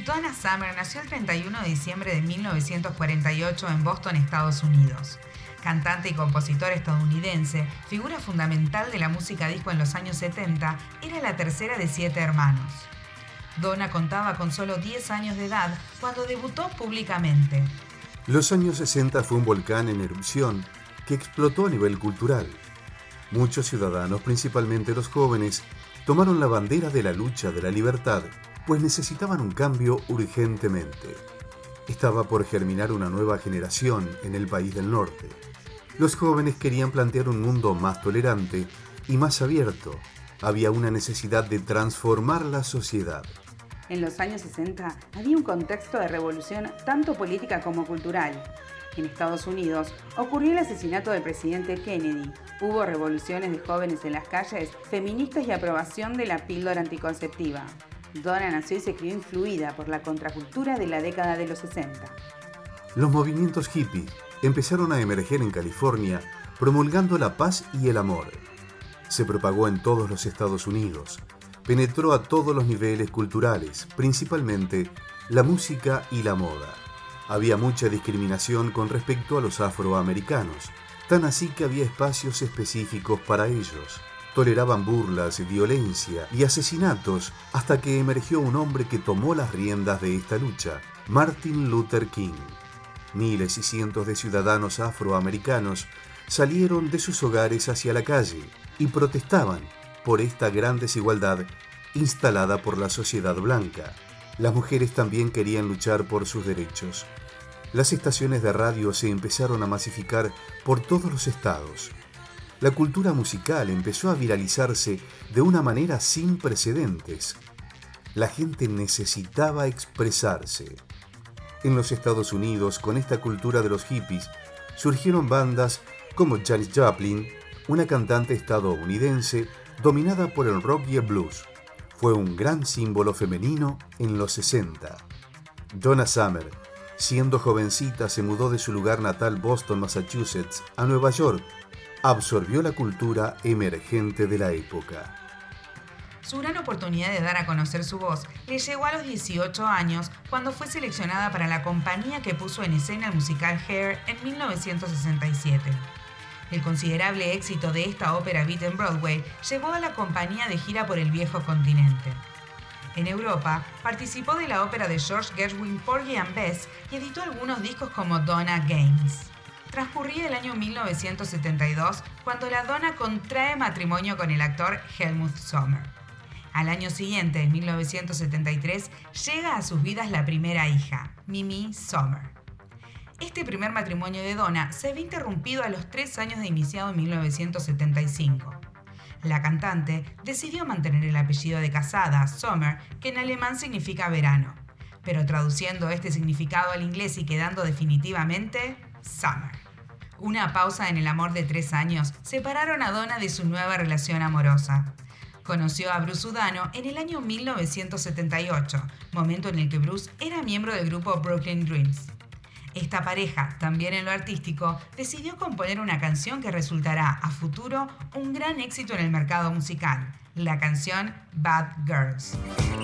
Donna Summer nació el 31 de diciembre de 1948 en Boston, Estados Unidos. Cantante y compositora estadounidense, figura fundamental de la música disco en los años 70, era la tercera de 7 hermanos. Donna contaba con solo 10 años de edad cuando debutó públicamente. Los años 60 fue un volcán en erupción que explotó a nivel cultural. Muchos ciudadanos, principalmente los jóvenes, tomaron la bandera de la lucha de la libertad, pues necesitaban un cambio urgentemente. Estaba por germinar una nueva generación en el país del norte. Los jóvenes querían plantear un mundo más tolerante y más abierto. Había una necesidad de transformar la sociedad. En los años 60 había un contexto de revolución tanto política como cultural. En Estados Unidos ocurrió el asesinato del presidente Kennedy. Hubo revoluciones de jóvenes en las calles, feministas y aprobación de la píldora anticonceptiva. Donna nació y se crió influida por la contracultura de la década de los 60. Los movimientos hippie empezaron a emerger en California, promulgando la paz y el amor. Se propagó en todos los Estados Unidos, penetró a todos los niveles culturales, principalmente la música y la moda. Había mucha discriminación con respecto a los afroamericanos, tan así que había espacios específicos para ellos. Toleraban burlas, violencia y asesinatos hasta que emergió un hombre que tomó las riendas de esta lucha, Martin Luther King. Miles y cientos de ciudadanos afroamericanos salieron de sus hogares hacia la calle y protestaban por esta gran desigualdad instalada por la sociedad blanca. Las mujeres también querían luchar por sus derechos. Las estaciones de radio se empezaron a masificar por todos los estados. La cultura musical empezó a viralizarse de una manera sin precedentes. La gente necesitaba expresarse. En los Estados Unidos, con esta cultura de los hippies, surgieron bandas como Janis Joplin, una cantante estadounidense dominada por el rock y el blues. Fue un gran símbolo femenino en los 60. Donna Summer, siendo jovencita, se mudó de su lugar natal, Boston, Massachusetts, a Nueva York. Absorbió la cultura emergente de la época. Su gran oportunidad de dar a conocer su voz le llegó a los 18 años cuando fue seleccionada para la compañía que puso en escena el musical Hair en 1967. El considerable éxito de esta ópera beat en Broadway llevó a la compañía de gira por el viejo continente. En Europa, participó de la ópera de George Gershwin Porgy and Bess y editó algunos discos como Donna Games. Transcurría el año 1972 cuando la Donna contrae matrimonio con el actor Helmut Sommer. Al año siguiente, en 1973, llega a sus vidas la primera hija, Mimi Sommer. Este primer matrimonio de Donna se ve interrumpido a los 3 años de iniciado en 1975. La cantante decidió mantener el apellido de casada, Sommer, que en alemán significa verano, pero traduciendo este significado al inglés y quedando definitivamente Summer. Una pausa en el amor de 3 años separaron a Donna de su nueva relación amorosa. Conoció a Bruce Udano en el año 1978, momento en el que Bruce era miembro del grupo Brooklyn Dreams. Esta pareja, también en lo artístico, decidió componer una canción que resultará a futuro un gran éxito en el mercado musical, la canción Bad Girls.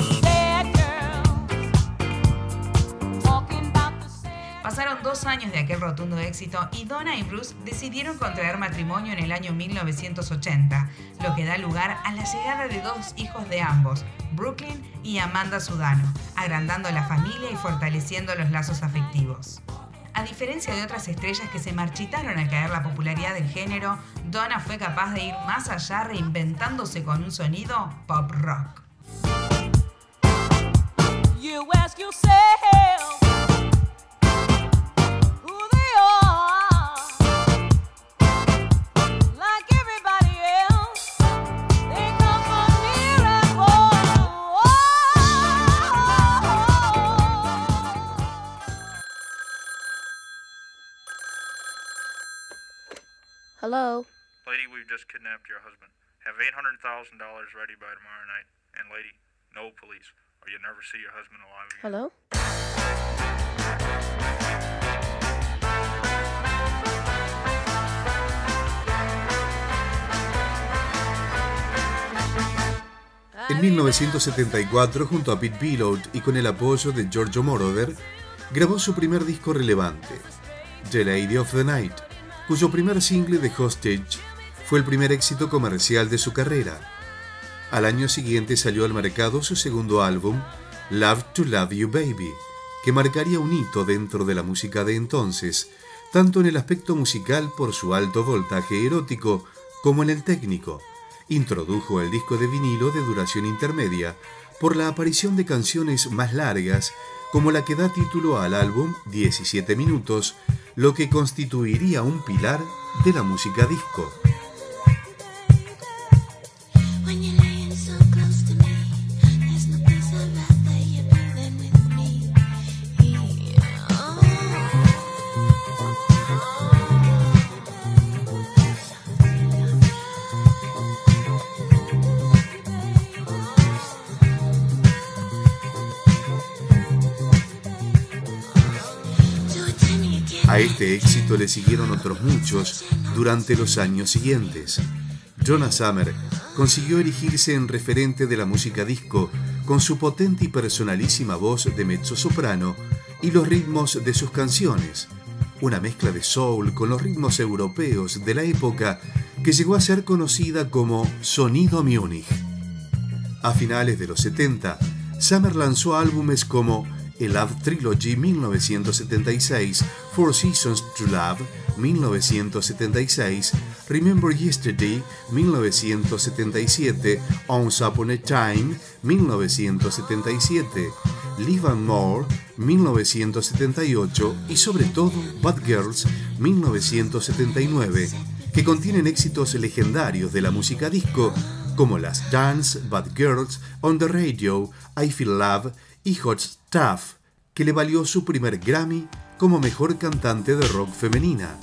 Pasaron 2 años de aquel rotundo éxito y Donna y Bruce decidieron contraer matrimonio en el año 1980, lo que da lugar a la llegada de 2 hijos de ambos, Brooklyn y Amanda Sudano, agrandando la familia y fortaleciendo los lazos afectivos. A diferencia de otras estrellas que se marchitaron al caer la popularidad del género, Donna fue capaz de ir más allá reinventándose con un sonido pop rock. You ask yourself. Hello? Lady, we've just kidnapped your husband. Have $800,000 ready by tomorrow night. And lady, no police, or you'll never see your husband alive again. Hello? En 1974, junto a Pete Bellow y con el apoyo de Giorgio Moroder, grabó su primer disco relevante, The Lady of the Night, cuyo primer single de Hostage fue el primer éxito comercial de su carrera. Al año siguiente salió al mercado su segundo álbum, Love to Love You Baby, que marcaría un hito dentro de la música de entonces, tanto en el aspecto musical por su alto voltaje erótico como en el técnico. Introdujo el disco de vinilo de duración intermedia por la aparición de canciones más largas, como la que da título al álbum 17 minutos, lo que constituiría un pilar de la música disco. A este éxito le siguieron otros muchos durante los años siguientes. Donna Summer consiguió erigirse en referente de la música disco con su potente y personalísima voz de mezzosoprano y los ritmos de sus canciones, una mezcla de soul con los ritmos europeos de la época que llegó a ser conocida como Sonido Múnich. A finales de los 70, Summer lanzó álbumes como A Love Trilogy 1976, Four Seasons to Love 1976, Remember Yesterday 1977, Once Upon a Time 1977, Live and More 1978 y sobre todo Bad Girls 1979, que contienen éxitos legendarios de la música disco como las Dance, Bad Girls, On the Radio, I Feel Love y Hot Stuff, que le valió su primer Grammy como mejor cantante de rock femenina.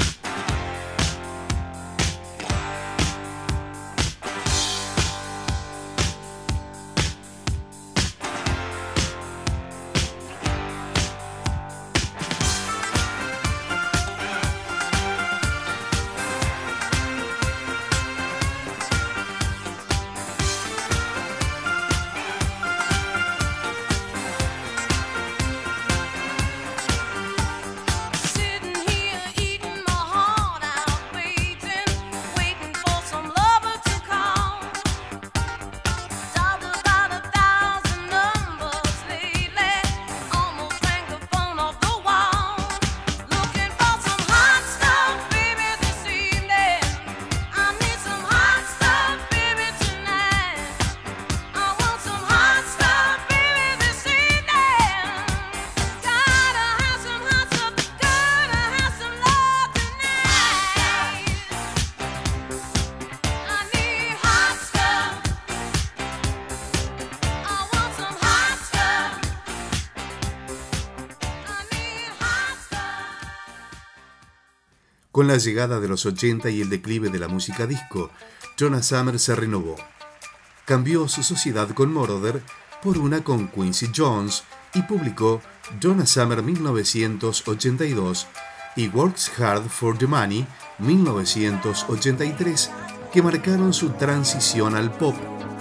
Con la llegada de los 80 y el declive de la música disco, Donna Summer se renovó. Cambió su sociedad con Moroder por una con Quincy Jones y publicó Donna Summer 1982 y Works Hard for the Money 1983, que marcaron su transición al pop.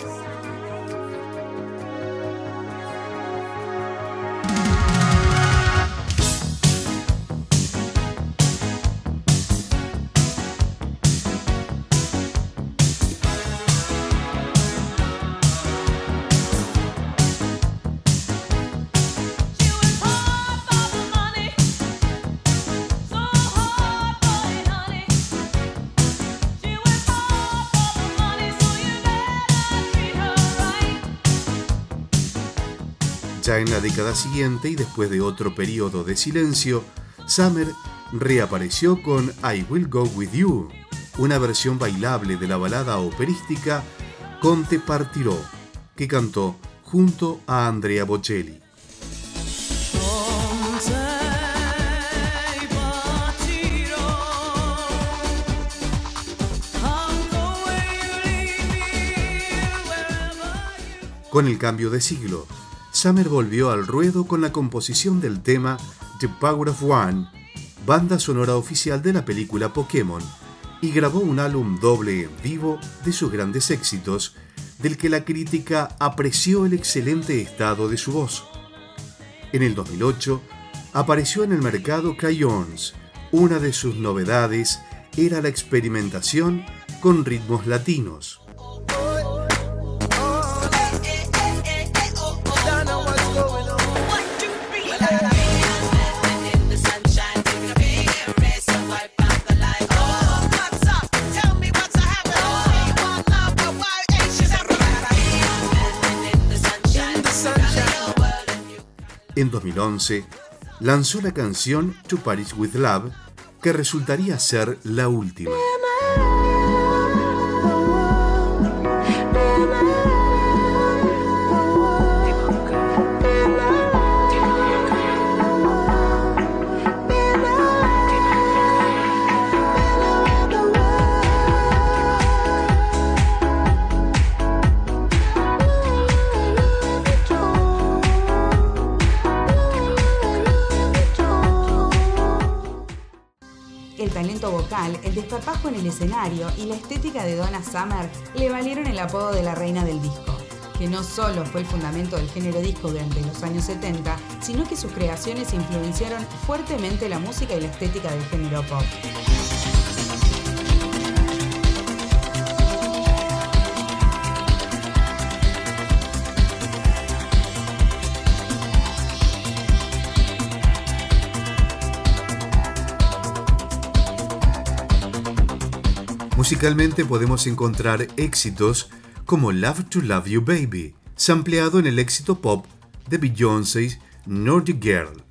Ya en la década siguiente y después de otro periodo de silencio, Summer reapareció con I Will Go With You, una versión bailable de la balada operística Con Te Partirò, que cantó junto a Andrea Bocelli. Con el cambio de siglo, Summer volvió al ruedo con la composición del tema The Power of One, banda sonora oficial de la película Pokémon, y grabó un álbum doble en vivo de sus grandes éxitos, del que la crítica apreció el excelente estado de su voz. En el 2008, apareció en el mercado Crayons. Una de sus novedades era la experimentación con ritmos latinos. En 2011, lanzó la canción To Paris With Love, que resultaría ser la última. El talento vocal, el desparpajo en el escenario y la estética de Donna Summer le valieron el apodo de la reina del disco, que no solo fue el fundamento del género disco durante los años 70, sino que sus creaciones influenciaron fuertemente la música y la estética del género pop. Musicalmente podemos encontrar éxitos como Love to Love You Baby, sampleado en el éxito pop de Beyoncé's Nordic Girl.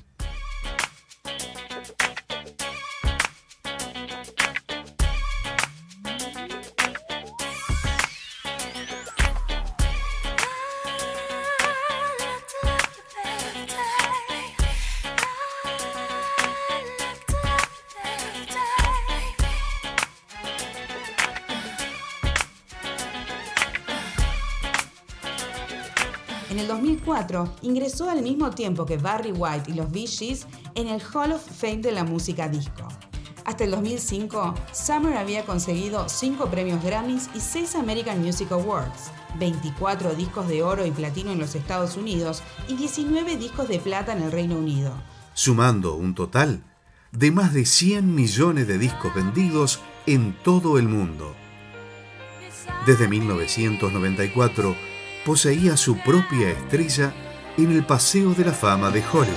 En el 2004 ingresó al mismo tiempo que Barry White y los Bee Gees en el Hall of Fame de la música disco. Hasta el 2005, Summer había conseguido 5 premios Grammys y 6 American Music Awards, 24 discos de oro y platino en los Estados Unidos y 19 discos de plata en el Reino Unido, sumando un total de más de 100 millones de discos vendidos en todo el mundo. Desde 1994, poseía su propia estrella en el Paseo de la Fama de Hollywood.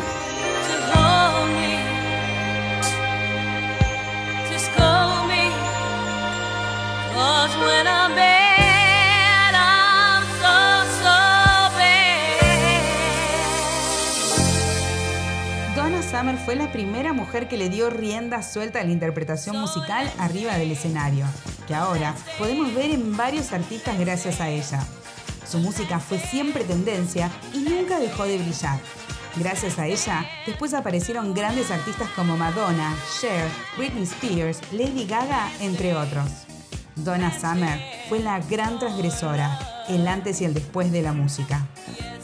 Donna Summer fue la primera mujer que le dio rienda suelta a la interpretación musical arriba del escenario, que ahora podemos ver en varios artistas gracias a ella. Su música fue siempre tendencia y nunca dejó de brillar. Gracias a ella, después aparecieron grandes artistas como Madonna, Cher, Britney Spears, Lady Gaga, entre otros. Donna Summer fue la gran transgresora, el antes y el después de la música.